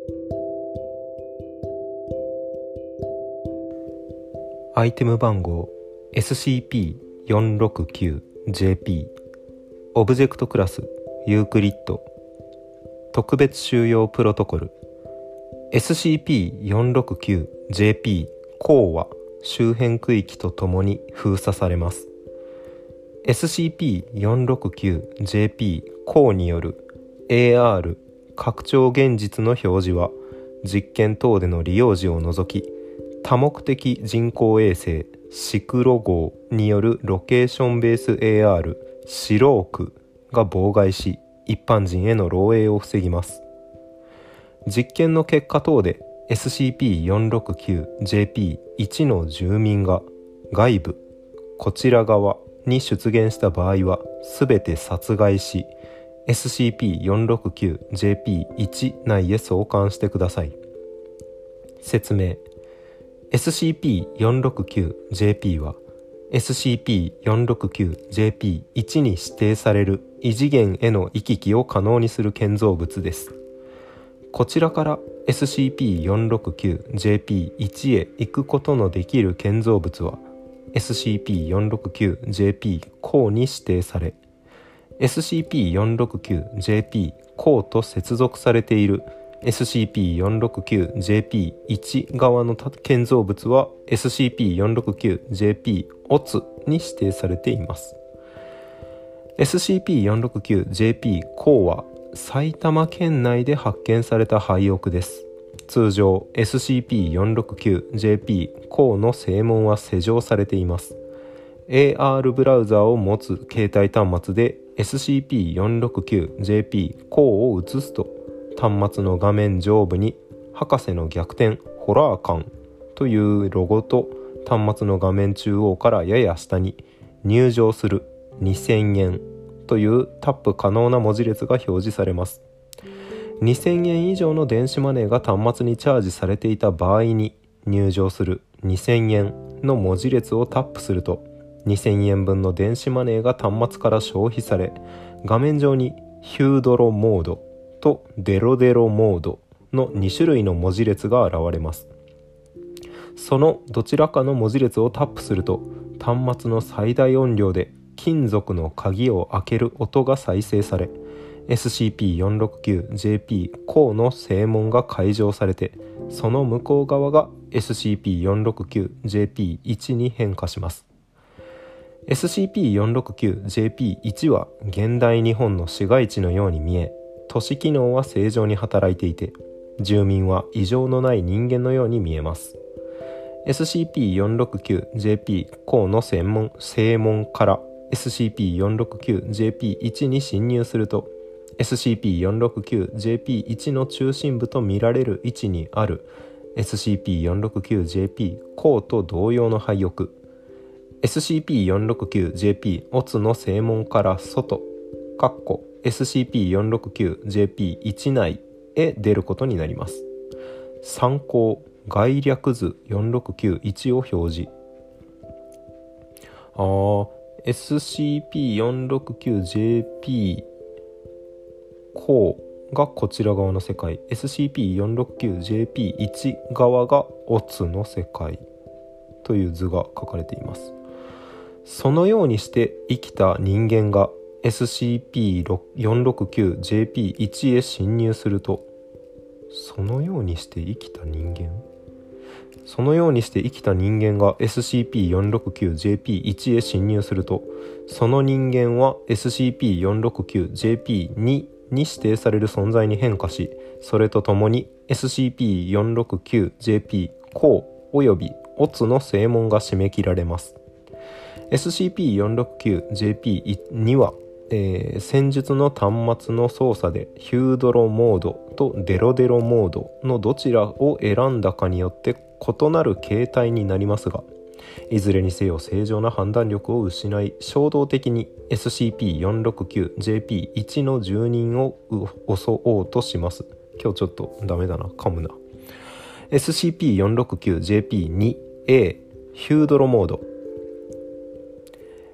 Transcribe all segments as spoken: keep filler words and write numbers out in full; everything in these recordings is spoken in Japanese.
アイテム番号 エスシーピーよんろくきゅうジェーピー オブジェクトクラスユークリッド特別収容プロトコル エスシーピーよんろくきゅうジェーピー 項は周辺区域とともに封鎖されます。 エスシーピーよんろくきゅうジェーピー 項による エーアール 拡張現実の表示は実験等での利用時を除き多目的人工衛星シクロ号によるロケーションベース エーアール シロークが妨害し一般人への漏洩を防ぎます。実験の結果等で エスシーピーよんろくきゅうジェーピーいち の住民が外部こちら側に出現した場合はすべて殺害し エスシーピーよんろくきゅうジェーピーいち 内へ送還してください。説明。エスシーピーよんろくきゅうジェーピー は エスシーピーよんろくきゅうジェーピーいち に指定される異次元への行き来を可能にする建造物です。こちらから エスシーピーよんろくきゅうジェーピーいち へ行くことのできる建造物は エスシーピーよんろくきゅうジェーピー 項に指定され エスシーピーよんろくきゅうジェーピー 項と接続されているエスシーピーよんろくきゅうジェーピーいち 側の建造物は エスシーピーよんろくきゅうジェーピー オツに指定されています。 エスシーピーよんろくきゅうジェーピー 項は埼玉県内で発見された廃屋です。通常 エスシーピーよんろくきゅうジェーピー 項の正門は施錠されています。 エーアール ブラウザーを持つ携帯端末で エスシーピーよんろくきゅうジェーピー 項を映すと端末の画面上部に博士の逆転ホラー感というロゴと端末の画面中央からやや下に入場するにせんえんというタップ可能な文字列が表示されます。にせんえん以上の電子マネーが端末にチャージされていた場合に入場するにせんえんの文字列をタップするとにせんえん分の電子マネーが端末から消費され画面上にヒュードロモードとデロデロモードのに種類の文字列が現れます。そのどちらかの文字列をタップすると端末の最大音量で金属の鍵を開ける音が再生され エスシーピーよんろくきゅうジェーピー 項の正門が解錠されてその向こう側が エスシーピーよんろくきゅうジェーピーいち に変化します。 エスシーピーよんろくきゅうジェーピーいち は現代日本の市街地のように見え都市機能は正常に働いていて住民は異常のない人間のように見えます。 エスシーピーよんろくきゅうジェーピー 項の正門、正門から エスシーピーよんろくきゅうジェーピーいち に侵入すると エスシーピーよんろくきゅうジェーピーいち の中心部と見られる位置にある エスシーピーよんろくきゅうジェーピー 項と同様の廃屋 エスシーピーよんろくきゅうジェーピー オツの正門から外かっこエスシーピーよんろくきゅうジェーピーいち 内へ出ることになります。参考概略図よんろくきゅういちを表示。あー エスシーピーよんろくきゅうジェーピー 項がこちら側の世界 エスシーピーよんろくきゅうジェーピーいち 側がオツの世界という図が書かれています。そのようにして生きた人間がエスシーピーよんろくきゅうジェーピーいち へ侵入するとそのようにして生きた人間そのようにして生きた人間が エスシーピーよんろくきゅうジェーピーいち へ侵入するとその人間は エスシーピーよんろくきゅうジェーピーに に指定される存在に変化しそれとともに エスシーピーよんろくきゅうジェーピー 項およびオツの正門が締め切られます。 エスシーピーよんろくきゅうジェーピーに はえー、戦術の端末の操作でヒュードロモードとデロデロモードのどちらを選んだかによって異なる形態になりますがいずれにせよ正常な判断力を失い衝動的に エスシーピーよんろくきゅうジェーピーいち の住人を襲おうとします。今日ちょっとダメだな噛むな。 エスシーピーよんろくきゅうジェーピーにエー ヒュードロモード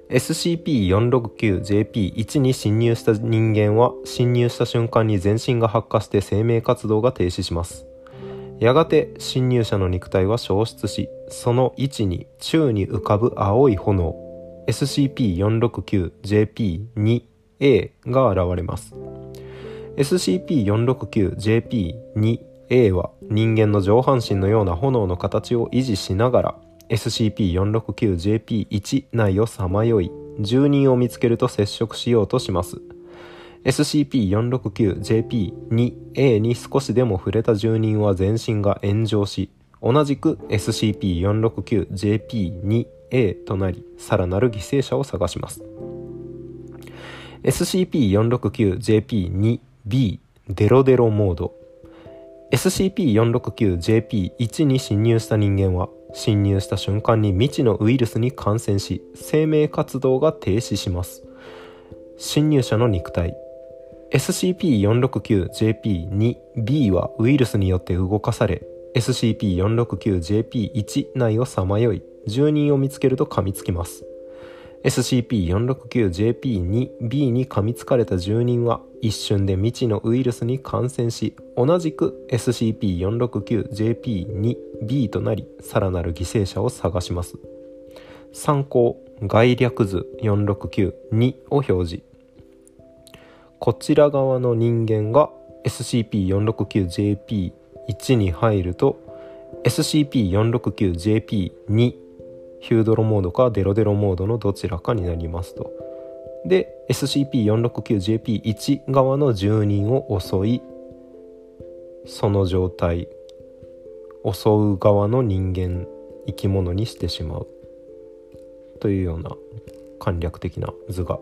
エスシーピーよんろくきゅうジェーピーワン に侵入した人間は侵入した瞬間に全身が発火して生命活動が停止します。やがて侵入者の肉体は消失し、その位置に宙に浮かぶ青い炎 エスシーピーよんろくきゅうジェーピーツーエー が現れます。 エスシーピーよんろくきゅうジェーピーツーエー は人間の上半身のような炎の形を維持しながら エスシーピーよんろくきゅうジェーピーワン 内をさまよい、住人を見つけると接触しようとします。 エスシーピーよんろくきゅうジェーピーツーエー に少しでも触れた住人は全身が炎上し、同じく エスシーピーよんろくきゅうジェーピーツーエー となり、さらなる犠牲者を探します。 エスシーピーよんろくきゅうジェーピーツービー デロデロモード。 エスシーピーよんろくきゅうジェーピーワン に侵入した人間は侵入した瞬間に未知のウイルスに感染し、生命活動が停止します。侵入者の肉体 エスシーピーよんろくきゅうジェーピーツービー はウイルスによって動かされ、 エスシーピーよんろくきゅうジェーピーワン 内をさまよい、住人を見つけると噛みつきます。 エスシーピーよんろくきゅうジェーピーツービー に噛みつかれた住人は一瞬で未知のウイルスに感染し、同じく エスシーピーよんろくきゅうジェーピーツービー となり、さらなる犠牲者を探します。参考概略図よんろくきゅうにを表示。こちら側の人間が エスシーピーよんろくきゅうジェーピーワン に入ると エスシーピーよんろくきゅうジェーピーツー ヒュードロモードかデロデロモードのどちらかになりますと。で エスシーピーよんろくきゅうジェーピーワン 側の住人を襲い、その状態襲う側の人間生き物にしてしまうというような簡略的な図が、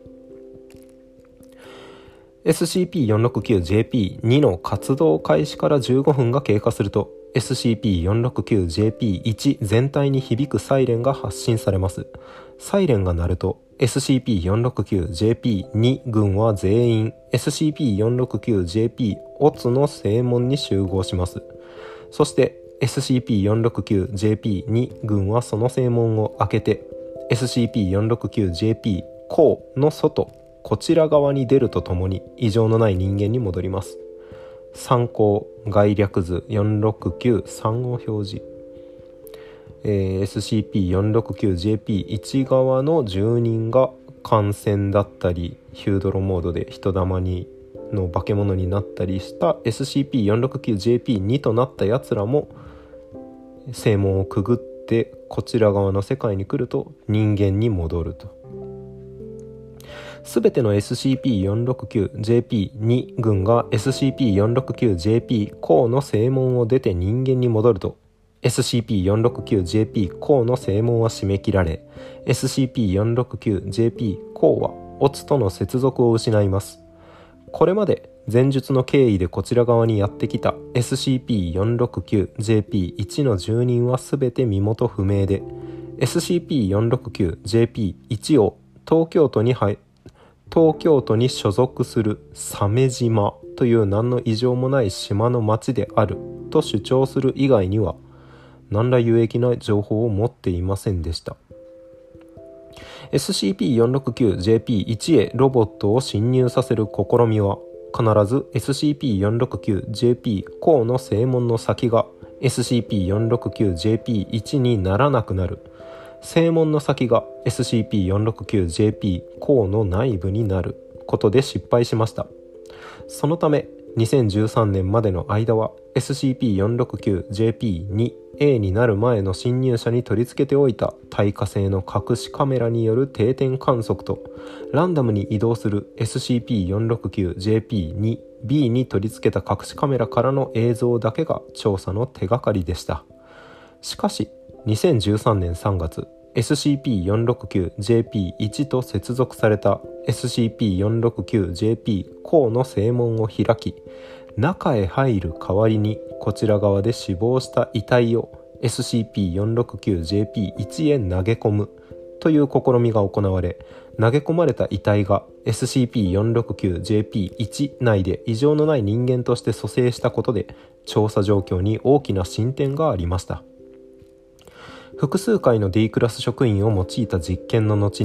エスシーピーよんろくきゅうジェーピーツー の活動開始からじゅうごふんが経過すると エスシーピーよんろくきゅうジェーピーワン 全体に響くサイレンが発信されます。サイレンが鳴ると エスシーピーよんろくきゅうジェーピーツー 軍は全員 エスシーピーよんろくきゅうジェーピーオツの正門に集合します。そして エスシーピーよんろくきゅうジェーピーツー 軍はその正門を開けて エスシーピーよんろくきゅうジェーピー コーの外、こちら側に出るとともに異常のない人間に戻ります。参考概略図よんろくきゅうさんを表示。えー、エスシーピーよんろくきゅうジェーピーワン 側の住人が感染だったりヒュードロモードで人玉にの化け物になったりした エスシーピーよんろくきゅうジェーピーツー となったやつらも正門をくぐってこちら側の世界に来ると人間に戻ると。すべての エスシーピーよんろくきゅうジェーピーツー 軍が エスシーピーよんろくきゅうジェーピー コーの正門を出て人間に戻ると エスシーピーよんろくきゅうジェーピー コーの正門は締め切られ エスシーピーよんろくきゅうジェーピー コーはオツとの接続を失います。これまで前述の経緯でこちら側にやってきた エスシーピーよんろくきゅうジェーピーワン の住人はすべて身元不明で エスシーピーよんろくきゅうジェーピーワン を東京都に入東京都に所属する鮫島という何の異常もない島の町であると主張する以外には何ら有益な情報を持っていませんでした。 エスシーピーよんろくきゅうジェーピーワン へロボットを侵入させる試みは必ず エスシーピーよんろくきゅうジェーピー コーの正門の先が エスシーピーよんろくきゅうジェーピーワン にならなくなる、正門の先が エスシーピーよんろくきゅうジェーピー コーの内部になることで失敗しました。そのためにせんじゅうさんねんまでの間は エスシーピーよんろくきゅうジェーピーツーエー になる前の侵入者に取り付けておいた耐火性の隠しカメラによる定点観測とランダムに移動する エスシーピーよんろくきゅうジェーピーツービー に取り付けた隠しカメラからの映像だけが調査の手がかりでした。しかしにせんじゅうさんねんさんがつ エスシーピーよんろくきゅうジェーピーワン と接続された エスシーピーよんろくきゅうジェーピー コーの正門を開き中へ入る代わりにこちら側で死亡した遺体を エスシーピーよんろくきゅうジェーピーワン へ投げ込むという試みが行われ、投げ込まれた遺体が エスシーピーよんろくきゅうジェーピーワン 内で異常のない人間として蘇生したことで調査状況に大きな進展がありました。複数回の D クラス職員を用いた実験の後に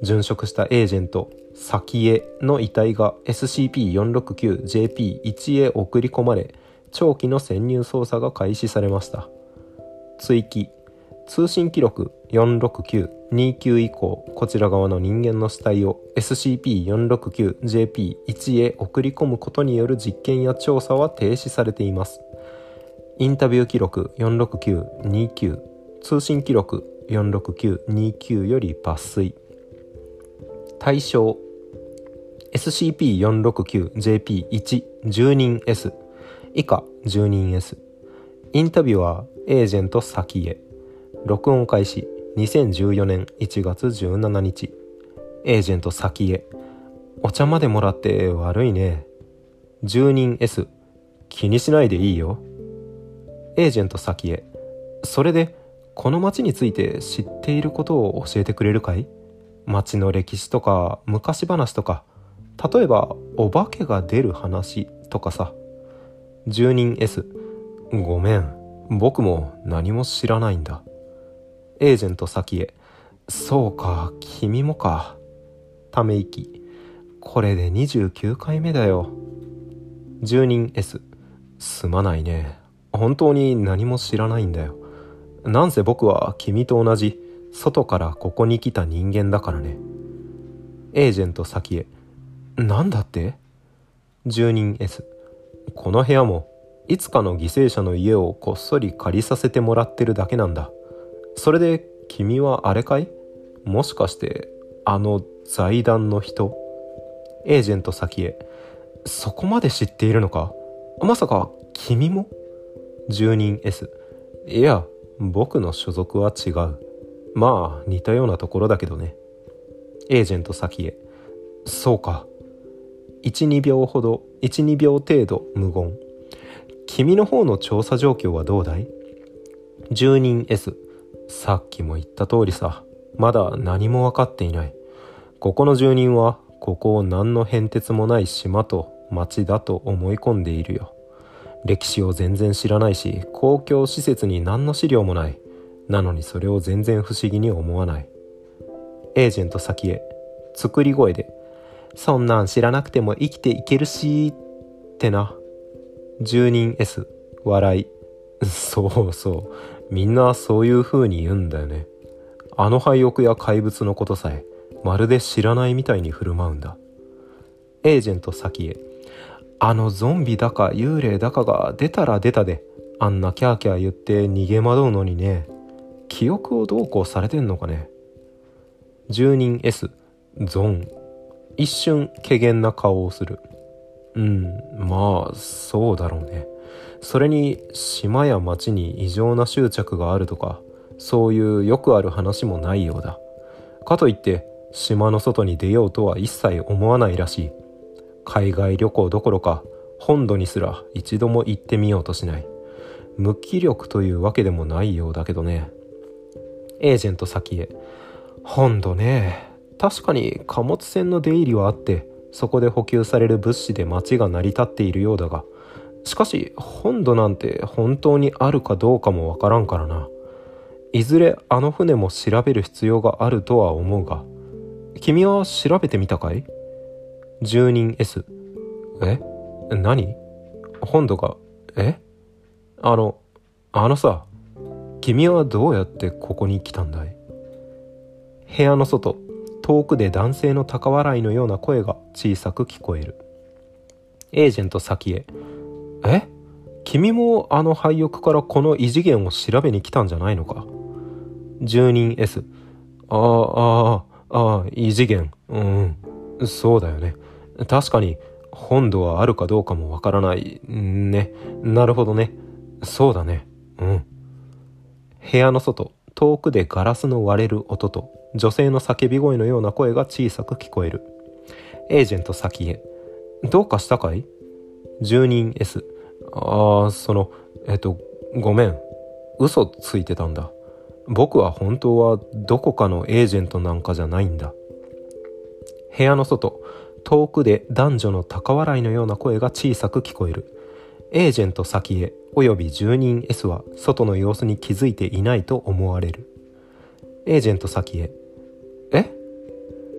殉職したエージェント先への遺体が エスシーピーよんろくきゅうジェーピーいち へ送り込まれ、長期の潜入捜査が開始されました。追記、通信記録よんろくきゅうにきゅう以降、こちら側の人間の死体を エスシーピーよんろくきゅうジェーピーいち へ送り込むことによる実験や調査は停止されています。インタビュー記録よんろくきゅうにきゅう、通信記録よんろくきゅうにきゅうより抜粋。対象 エスシーピーよんろくきゅうジェーピーいち 住人 S 以下住人 S。 インタビュアーエージェント先へ。録音開始にせんじゅうよねんいちがつじゅうしちにち。エージェント先へ。お茶までもらって悪いね。住人 S、 気にしないでいいよ。エージェント先へ。それでこの町について知っていることを教えてくれるかい？町の歴史とか昔話とか、例えばお化けが出る話とかさ。住人 S、 ごめん、僕も何も知らないんだ。エージェント先へ。そうか、君もか。ため息。これでにじゅうきゅうかいめだよ。住人 S、 すまないね、本当に何も知らないんだよ。なんせ僕は君と同じ外からここに来た人間だからね。エージェント先へ。なんだって？住人 S、 この部屋もいつかの犠牲者の家をこっそり借りさせてもらってるだけなんだ。それで君はあれかい？もしかしてあの財団の人？エージェント先へ。そこまで知っているのか？まさか君も？住人 S、 いや、僕の所属は違う。まあ似たようなところだけどね。エージェント先へ。そうか。いちにびょうほど、いちにびょう程度無言。君の方の調査状況はどうだい？住人 S、 さっきも言った通りさ、まだ何も分かっていない。ここの住人はここを何の変哲もない島と町だと思い込んでいるよ。歴史を全然知らないし、公共施設に何の資料もない。なのにそれを全然不思議に思わない。エージェント先へ。作り声で。そんなん知らなくても生きていけるしってな。住人 S、 笑い。そうそう、みんなそういう風に言うんだよね。あの廃屋や怪物のことさえまるで知らないみたいに振る舞うんだ。エージェント先へ。あのゾンビだか幽霊だかが出たら出たで、あんなキャーキャー言って逃げ惑うのにね。記憶をどうこうされてんのかね。住人 S、 ゾン。一瞬怪訝な顔をする。うん、まあそうだろうね。それに島や町に異常な執着があるとか、そういうよくある話もないようだ。かといって島の外に出ようとは一切思わないらしい。海外旅行どころか本土にすら一度も行ってみようとしない。無気力というわけでもないようだけどね。エージェント先へ。本土ね。確かに貨物船の出入りはあって、そこで補給される物資で町が成り立っているようだが、しかし本土なんて本当にあるかどうかもわからんからな。いずれあの船も調べる必要があるとは思うが、君は調べてみたかい？住人 S、 え？何？本土が？え？あの、あのさ、君はどうやってここに来たんだい？部屋の外、遠くで男性の高笑いのような声が小さく聞こえる。エージェント先へ。え？君もあの廃屋からこの異次元を調べに来たんじゃないのか？住人 S、 ああ、ああ、ああ、異次元。うん、そうだよね。確かに本土はあるかどうかもわからないね。なるほどね。そうだね。うん。部屋の外、遠くでガラスの割れる音と女性の叫び声のような声が小さく聞こえる。エージェント先へ。どうかしたかい？住人 S、 ああ、そのえっとごめん、嘘ついてたんだ。僕は本当はどこかのエージェントなんかじゃないんだ。部屋の外、遠くで男女の高笑いのような声が小さく聞こえる。エージェント先へおよび住人 S は外の様子に気づいていないと思われる。エージェント先へ。え？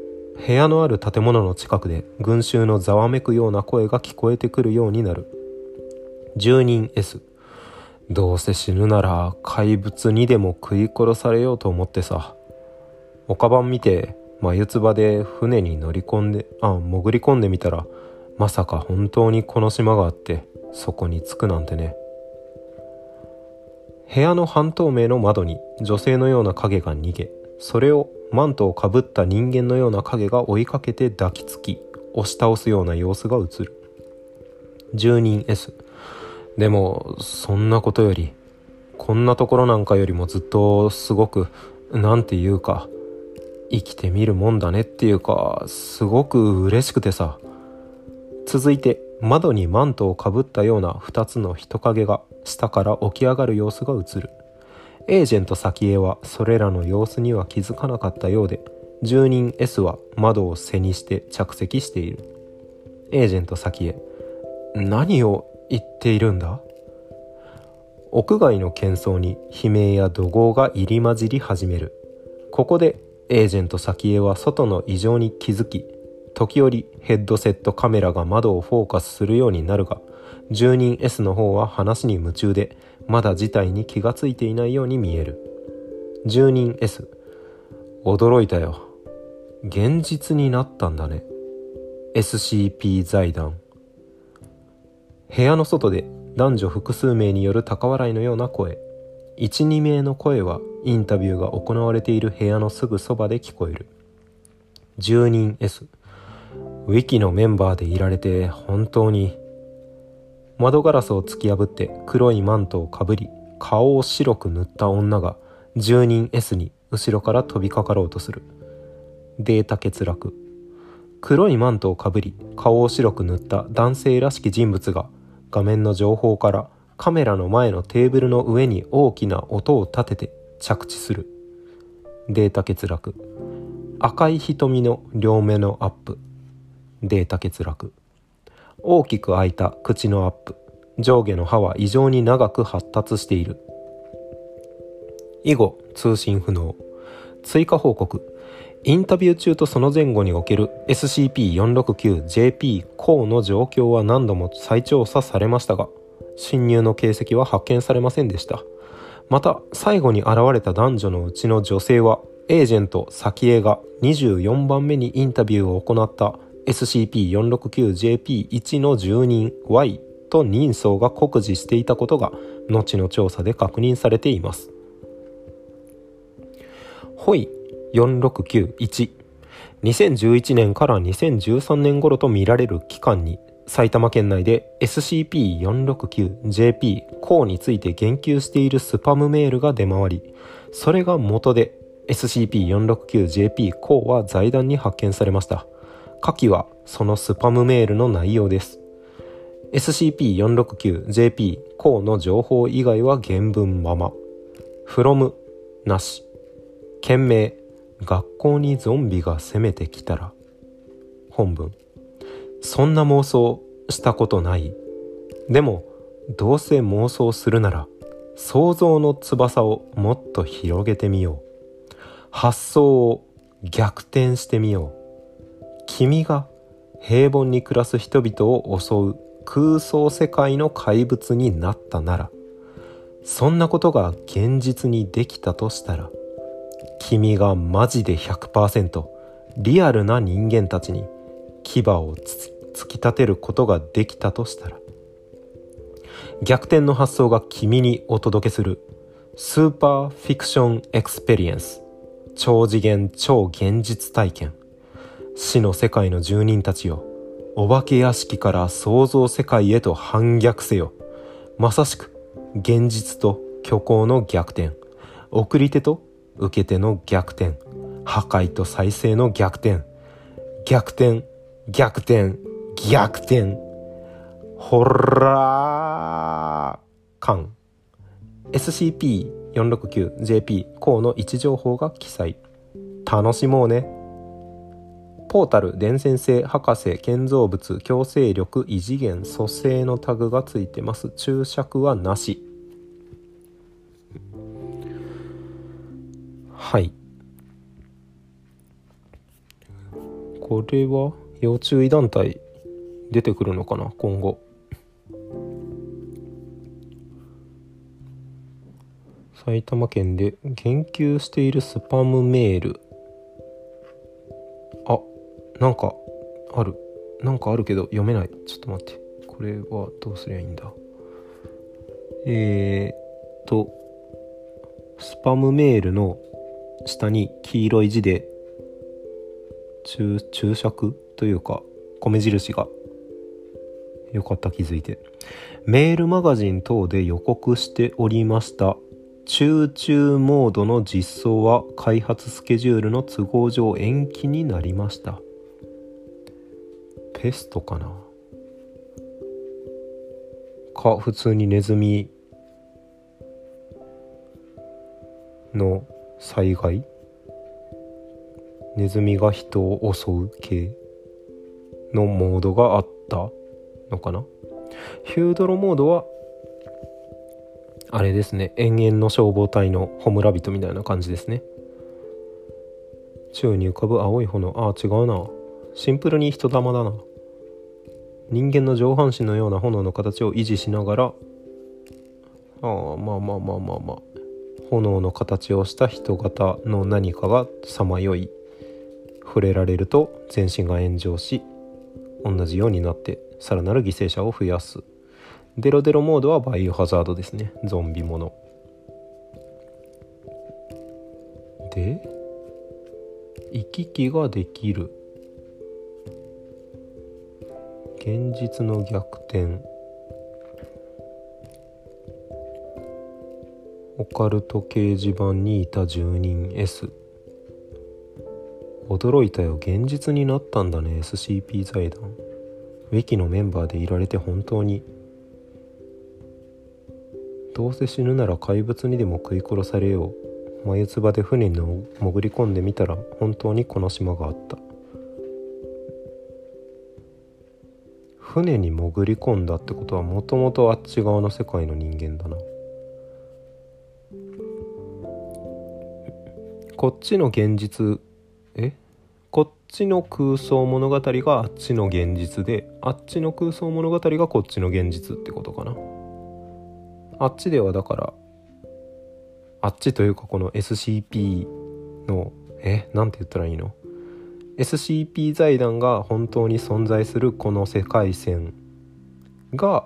部屋のある建物の近くで群衆のざわめくような声が聞こえてくるようになる。住人 S、 どうせ死ぬなら怪物にでも食い殺されようと思ってさ。岡版見て眉唾で船に乗り込んであ潜り込んでみたら、まさか本当にこの島があってそこに着くなんてね。部屋の半透明の窓に女性のような影が逃げ、それをマントをかぶった人間のような影が追いかけて抱きつき押し倒すような様子が映る。住人 S、 でもそんなことより、こんなところなんかよりもずっとすごくなんていうか生きてみるもんだねっていうか、すごく嬉しくてさ。続いて窓にマントをかぶったような二つの人影が下から起き上がる様子が映る。エージェントサキエはそれらの様子には気づかなかったようで、住人 S は窓を背にして着席している。エージェントサキエ、何を言っているんだ？屋外の喧騒に悲鳴や怒号が入り混じり始める。ここでエージェントサキエは外の異常に気づき、時折ヘッドセットカメラが窓をフォーカスするようになるが、住人 S の方は話に夢中でまだ事態に気がついていないように見える。住人 S、 驚いたよ。現実になったんだね。 エスシーピー 財団。部屋の外で男女複数名による高笑いのような声。 いち、に名の声はインタビューが行われている部屋のすぐそばで聞こえる。住人 S、 ウィキのメンバーでいられて本当に。窓ガラスを突き破って黒いマントをかぶり顔を白く塗った女が住人 S に後ろから飛びかかろうとする。データ欠落。黒いマントをかぶり顔を白く塗った男性らしき人物が画面の情報からカメラの前のテーブルの上に大きな音を立てて着地する。データ欠落。赤い瞳の両目のアップ。データ欠落。大きく開いた口のアップ。上下の歯は異常に長く発達している。以後通信不能。追加報告。インタビュー中とその前後における エスシーピーよんろくきゅうジェーピー 降の状況は何度も再調査されましたが、侵入の形跡は発見されませんでした。また最後に現れた男女のうちの女性はエージェントサキエがにじゅうよんばんめにインタビューを行った エスシーピーよんろくきゅうジェーピーいち の住人 Y と人相が酷似していたことが後の調査で確認されています。ホイよんろくきゅういち、にせんじゅういちねんからにせんじゅうさんねん頃と見られる期間に埼玉県内で エスシーピーよんろくきゅうジェーピー 降について言及しているスパムメールが出回り、それが元で エスシーピーよんろくきゅうジェーピー 降は財団に発見されました。下記はそのスパムメールの内容です。 エスシーピーよんろくきゅうジェーピー 降の情報以外は原文まま。 from なし。件名、学校にゾンビが攻めてきたら。本文、そんな妄想したことない。でもどうせ妄想するなら想像の翼をもっと広げてみよう。発想を逆転してみよう。君が平凡に暮らす人々を襲う空想世界の怪物になったなら、そんなことが現実にできたとしたら、君がマジで ひゃくパーセント リアルな人間たちに牙を突き立てることができたとしたら、逆転の発想が君にお届けするスーパーフィクションエクスペリエンス、超次元超現実体験。死の世界の住人たちよ、お化け屋敷から想像世界へと反逆せよ。まさしく現実と虚構の逆転、送り手と受け手の逆転、破壊と再生の逆転、逆転逆転逆転。ほらーかん。 エスシーピーよんろくきゅうジェーピー 降の位置情報が記載。楽しもうね。ポータル、伝染性、博士、建造物、強制力、異次元、蘇生のタグがついてます。注釈はなし。はい。 これは要注意団体出てくるのかな今後。埼玉県で言及しているスパムメール、あ、なんかあるなんかあるけど読めない。ちょっと待って、これはどうすりゃいいんだ。えーっとスパムメールの下に黄色い字で注注釈というか米印が、よかった気づいて、メールマガジン等で予告しておりました集中モードの実装は開発スケジュールの都合上延期になりました。ペストかなか、普通にネズミの災害、ネズミが人を襲う系のモードがあったのかな。ヒュードロモードはあれですね、延々の消防隊のホムラビトみたいな感じですね。宙に浮かぶ青い炎、ああ違うな、シンプルに人玉だな。人間の上半身のような炎の形を維持しながら、ああまあまあまあまあまあ炎の形をした人型の何かがさまよい、触れられると全身が炎上し同じようになってさらなる犠牲者を増やす。デロデロモードはバイオハザードですね、ゾンビもので、行き来ができる、現実の逆転、オカルト掲示板にいた住人 S、 驚いたよ、現実になったんだね エスシーピー 財団。ウィキのメンバーでいられて本当に、どうせ死ぬなら怪物にでも食い殺されよう。眉唾で船に潜り込んでみたら本当にこの島があった。船に潜り込んだってことはもともとあっち側の世界の人間だな。こっちの現実、えこっちの空想物語があっちの現実で、あっちの空想物語がこっちの現実ってことかな。あっちではだからあっちというかこの エスシーピー のえなんて言ったらいいの エスシーピー 財団が本当に存在するこの世界線が、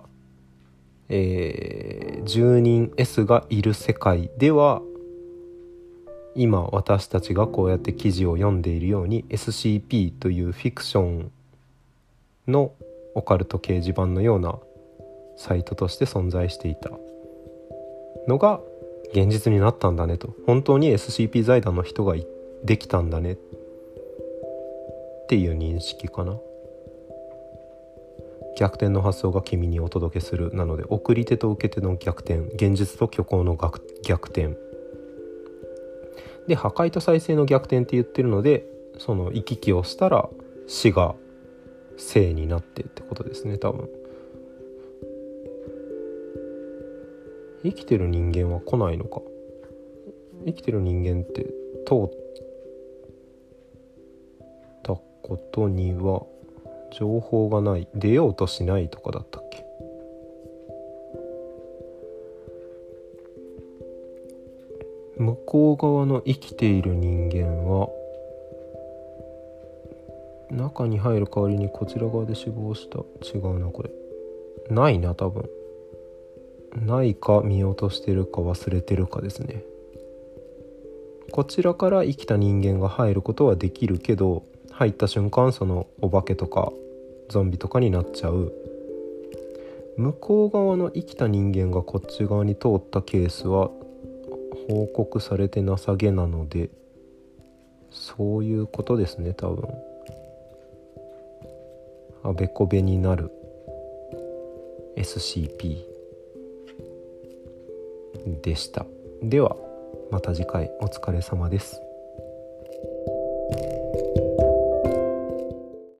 えー、住人 S がいる世界では、今私たちがこうやって記事を読んでいるように エスシーピー というフィクションのオカルト掲示板のようなサイトとして存在していたのが現実になったんだねと、本当に エスシーピー 財団の人ができたんだねっていう認識かな。逆転の発想が君にお届けするなので、送り手と受け手の逆転、現実と虚構の逆転で、破壊と再生の逆転って言ってるので、その行き来をしたら死が生になってってことですね多分。生きてる人間は来ないのか。生きてる人間って通ったことには情報がない、出ようとしないとかだったっけ。向こう側の生きている人間は中に入る代わりにこちら側で死亡した。違うなこれ。ないな多分。ないか見落としてるか忘れてるかですね。こちらから生きた人間が入ることはできるけど、入った瞬間そのお化けとかゾンビとかになっちゃう。向こう側の生きた人間がこっち側に通ったケースは報告されてなさげなので、そういうことですね多分。あべこべになる エスシーピー でした。ではまた次回お疲れ様です。